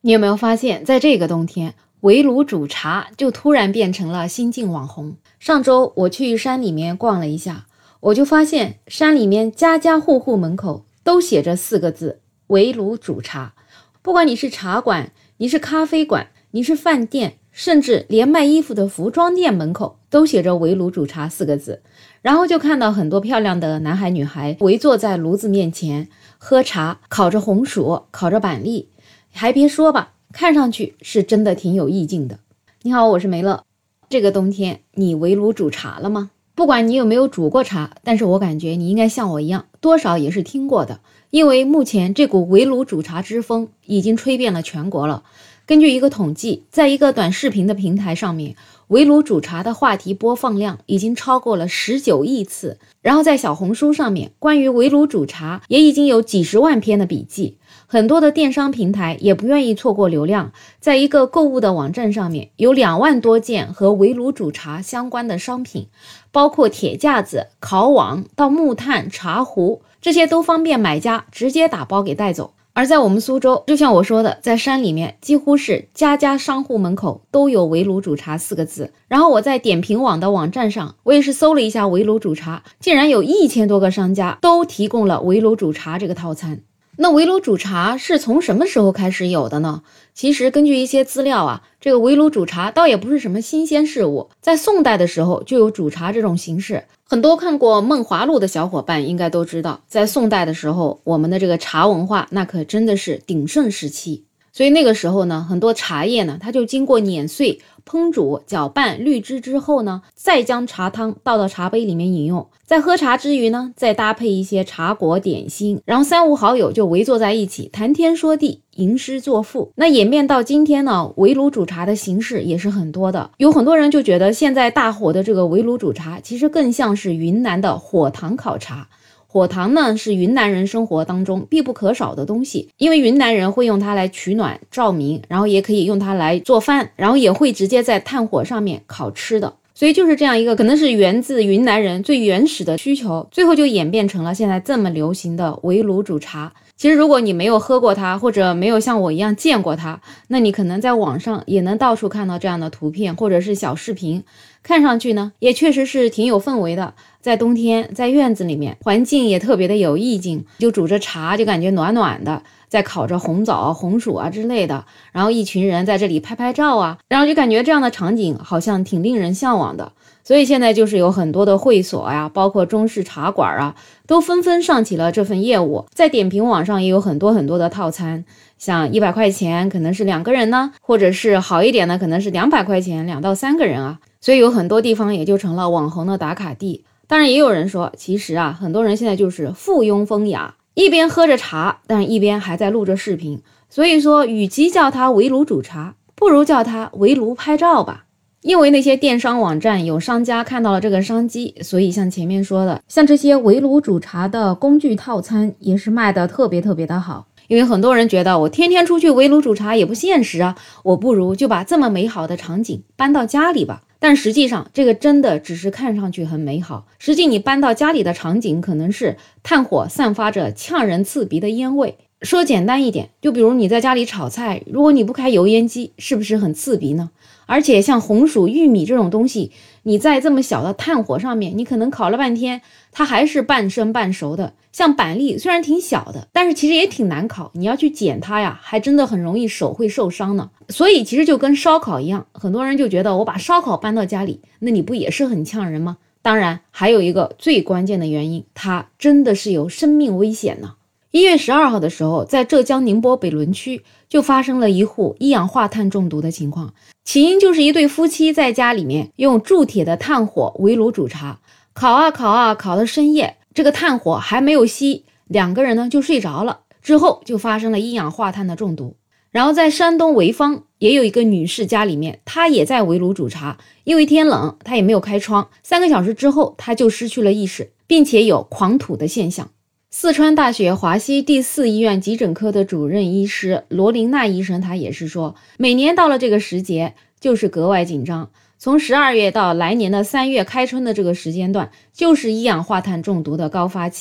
你有没有发现，在这个冬天，围炉煮茶就突然变成了新晋网红。上周我去山里面逛了一下，我就发现山里面家家户户门口都写着4个字：围炉煮茶。不管你是茶馆，你是咖啡馆，你是饭店，甚至连卖衣服的服装店门口都写着围炉煮茶4个字。然后就看到很多漂亮的男孩女孩围坐在炉子面前喝茶，烤着红薯，烤着板栗。还别说吧，看上去是真的挺有意境的。你好，我是梅乐。这个冬天你围炉煮茶了吗？不管你有没有煮过茶，但是我感觉你应该像我一样，多少也是听过的。因为目前这股围炉煮茶之风已经吹遍了全国了。根据一个统计，在一个短视频的平台上面，围炉煮茶的话题播放量已经超过了19亿次。然后在小红书上面，关于围炉煮茶也已经有几十万篇的笔记。很多的电商平台也不愿意错过流量，在一个购物的网站上面有2万多件和围炉煮茶相关的商品，包括铁架子、烤网到木炭、茶壶，这些都方便买家直接打包给带走。而在我们苏州，就像我说的，在山里面几乎是家家商户门口都有围炉煮茶4个字。然后我在点评网的网站上，我也是搜了一下围炉煮茶，竟然有1000多个商家都提供了围炉煮茶这个套餐。那围炉煮茶是从什么时候开始有的呢？其实根据一些资料啊，这个围炉煮茶倒也不是什么新鲜事物，在宋代的时候就有煮茶这种形式。很多看过《梦华录》的小伙伴应该都知道，在宋代的时候，我们的这个茶文化那可真的是鼎盛时期。所以那个时候呢，很多茶叶呢，它就经过碾碎、烹煮、搅拌、滤汁之后呢，再将茶汤倒到茶杯里面饮用。在喝茶之余呢，再搭配一些茶果点心，然后3、5好友就围坐在一起谈天说地，吟诗作赋。那演变到今天呢，围炉煮茶的形式也是很多的。有很多人就觉得现在大火的这个围炉煮茶，其实更像是云南的火塘烤茶。火塘呢是云南人生活当中必不可少的东西，因为云南人会用它来取暖照明，然后也可以用它来做饭，然后也会直接在炭火上面烤吃的。所以就是这样一个可能是源自云南人最原始的需求，最后就演变成了现在这么流行的围炉煮茶。其实如果你没有喝过它，或者没有像我一样见过它，那你可能在网上也能到处看到这样的图片或者是小视频，看上去呢也确实是挺有氛围的。在冬天，在院子里面，环境也特别的有意境，就煮着茶，就感觉暖暖的，在烤着红枣、红薯啊之类的，然后一群人在这里拍拍照啊，然后就感觉这样的场景好像挺令人向往的。所以现在就是有很多的会所呀，包括中式茶馆啊，都纷纷上起了这份业务。在点评网上也有很多的套餐，像100块钱可能是2个人呢，或者是好一点的可能是200块钱2到3个人啊。所以有很多地方也就成了网红的打卡地。当然也有人说，其实啊，很多人现在就是附庸风雅，一边喝着茶，但是一边还在录着视频。所以说，与其叫它围炉煮茶，不如叫它围炉拍照吧。因为那些电商网站有商家看到了这个商机，所以像前面说的，像这些围炉煮茶的工具套餐也是卖的特别的好。因为很多人觉得我天天出去围炉煮茶也不现实啊，我不如就把这么美好的场景搬到家里吧。但实际上这个真的只是看上去很美好，实际你搬到家里的场景可能是炭火散发着呛人刺鼻的烟味。说简单一点，就比如你在家里炒菜，如果你不开油烟机，是不是很刺鼻呢？而且像红薯、玉米这种东西，你在这么小的炭火上面，你可能烤了半天，它还是半生半熟的。像板栗虽然挺小的，但是其实也挺难烤，你要去剪它呀，还真的很容易手会受伤呢。所以其实就跟烧烤一样，很多人就觉得我把烧烤搬到家里，那你不也是很呛人吗？当然还有一个最关键的原因，它真的是有生命危险呢。1月12号的时候，在浙江宁波北仑区就发生了一户一氧化碳中毒的情况。起因就是一对夫妻在家里面用铸铁的炭火围炉煮茶，烤啊烤到深夜，这个炭火还没有熄，2个人呢就睡着了，之后就发生了一氧化碳的中毒。然后在山东潍坊也有一个女士家里面，她也在围炉煮茶，因为天冷，她也没有开窗，3个小时之后她就失去了意识，并且有狂吐的现象。四川大学华西第4医院急诊科的主任医师罗琳娜医生，他也是说，每年到了这个时节就是格外紧张，从12月到来年的3月开春的这个时间段，就是一氧化碳中毒的高发期。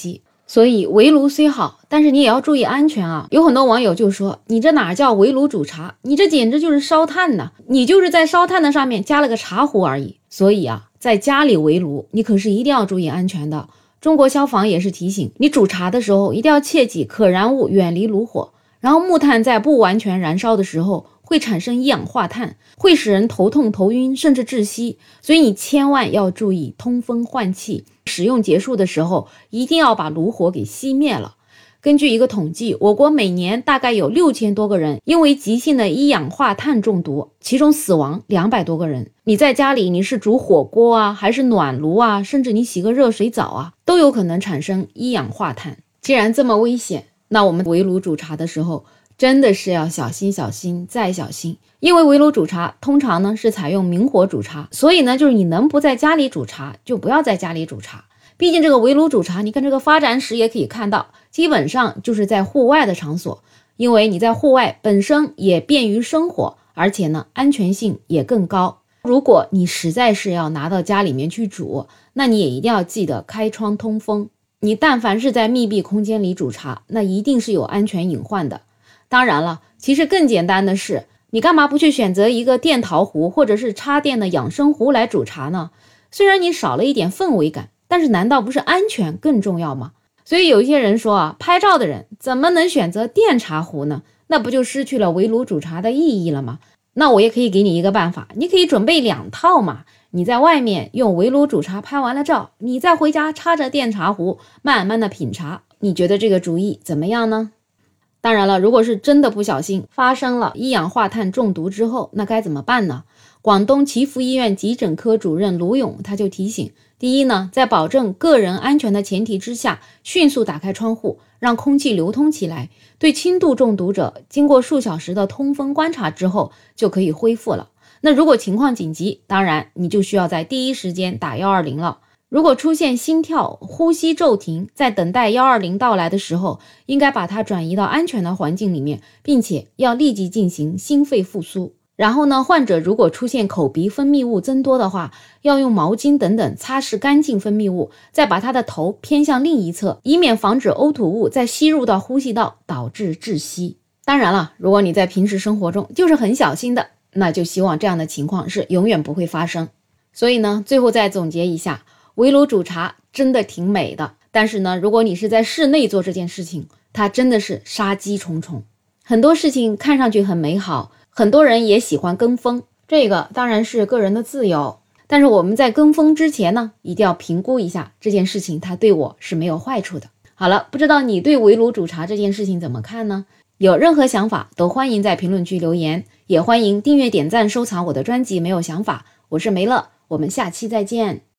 所以围炉虽好，但是你也要注意安全啊。有很多网友就说，你这哪叫围炉煮茶，你这简直就是烧炭呢，你就是在烧炭的上面加了个茶壶而已。所以啊，在家里围炉，你可是一定要注意安全的。中国消防也是提醒你，煮茶的时候一定要切记可燃物远离炉火，然后木炭在不完全燃烧的时候会产生一氧化碳，会使人头痛头晕甚至窒息，所以你千万要注意通风换气，使用结束的时候一定要把炉火给熄灭了。根据一个统计，我国每年大概有6000多个人因为急性的一氧化碳中毒，其中死亡200多个人。你在家里你是煮火锅啊，还是暖炉啊，甚至你洗个热水澡啊，都有可能产生一氧化碳。既然这么危险，那我们围炉煮茶的时候真的是要小心小心再小心。因为围炉煮茶通常呢是采用明火煮茶，所以呢就是你能不在家里煮茶就不要在家里煮茶。毕竟这个围炉煮茶，你看这个发展史也可以看到，基本上就是在户外的场所，因为你在户外本身也便于生火，而且呢安全性也更高。如果你实在是要拿到家里面去煮，那你也一定要记得开窗通风。你但凡是在密闭空间里煮茶，那一定是有安全隐患的。当然了，其实更简单的是，你干嘛不去选择一个电陶壶或者是插电的养生壶来煮茶呢？虽然你少了一点氛围感，但是难道不是安全更重要吗？所以有一些人说啊，拍照的人怎么能选择电茶壶呢？那不就失去了围炉煮茶的意义了吗？那我也可以给你一个办法，你可以准备2套嘛。你在外面用围炉煮茶拍完了照，你再回家插着电茶壶慢慢的品茶，你觉得这个主意怎么样呢？当然了，如果是真的不小心发生了一氧化碳中毒之后，那该怎么办呢？广东祈福医院急诊科主任卢勇他就提醒，第一呢，在保证个人安全的前提之下，迅速打开窗户，让空气流通起来，对轻度中毒者经过数小时的通风观察之后就可以恢复了。那如果情况紧急，当然你就需要在第一时间打120了。如果出现心跳、呼吸骤停，在等待120到来的时候，应该把它转移到安全的环境里面，并且要立即进行心肺复苏。然后呢，患者如果出现口鼻分泌物增多的话，要用毛巾等等擦拭干净分泌物，再把他的头偏向另一侧，以免防止呕吐物再吸入到呼吸道导致窒息。当然了，如果你在平时生活中就是很小心的，那就希望这样的情况是永远不会发生。所以呢，最后再总结一下，围炉煮茶真的挺美的，但是呢，如果你是在室内做这件事情，它真的是杀机重重。很多事情看上去很美好，很多人也喜欢跟风，这个当然是个人的自由，但是我们在跟风之前呢，一定要评估一下这件事情它对我是没有坏处的。好了，不知道你对围炉煮茶这件事情怎么看呢？有任何想法都欢迎在评论区留言，也欢迎订阅点赞收藏我的专辑没有想法。我是梅乐，我们下期再见。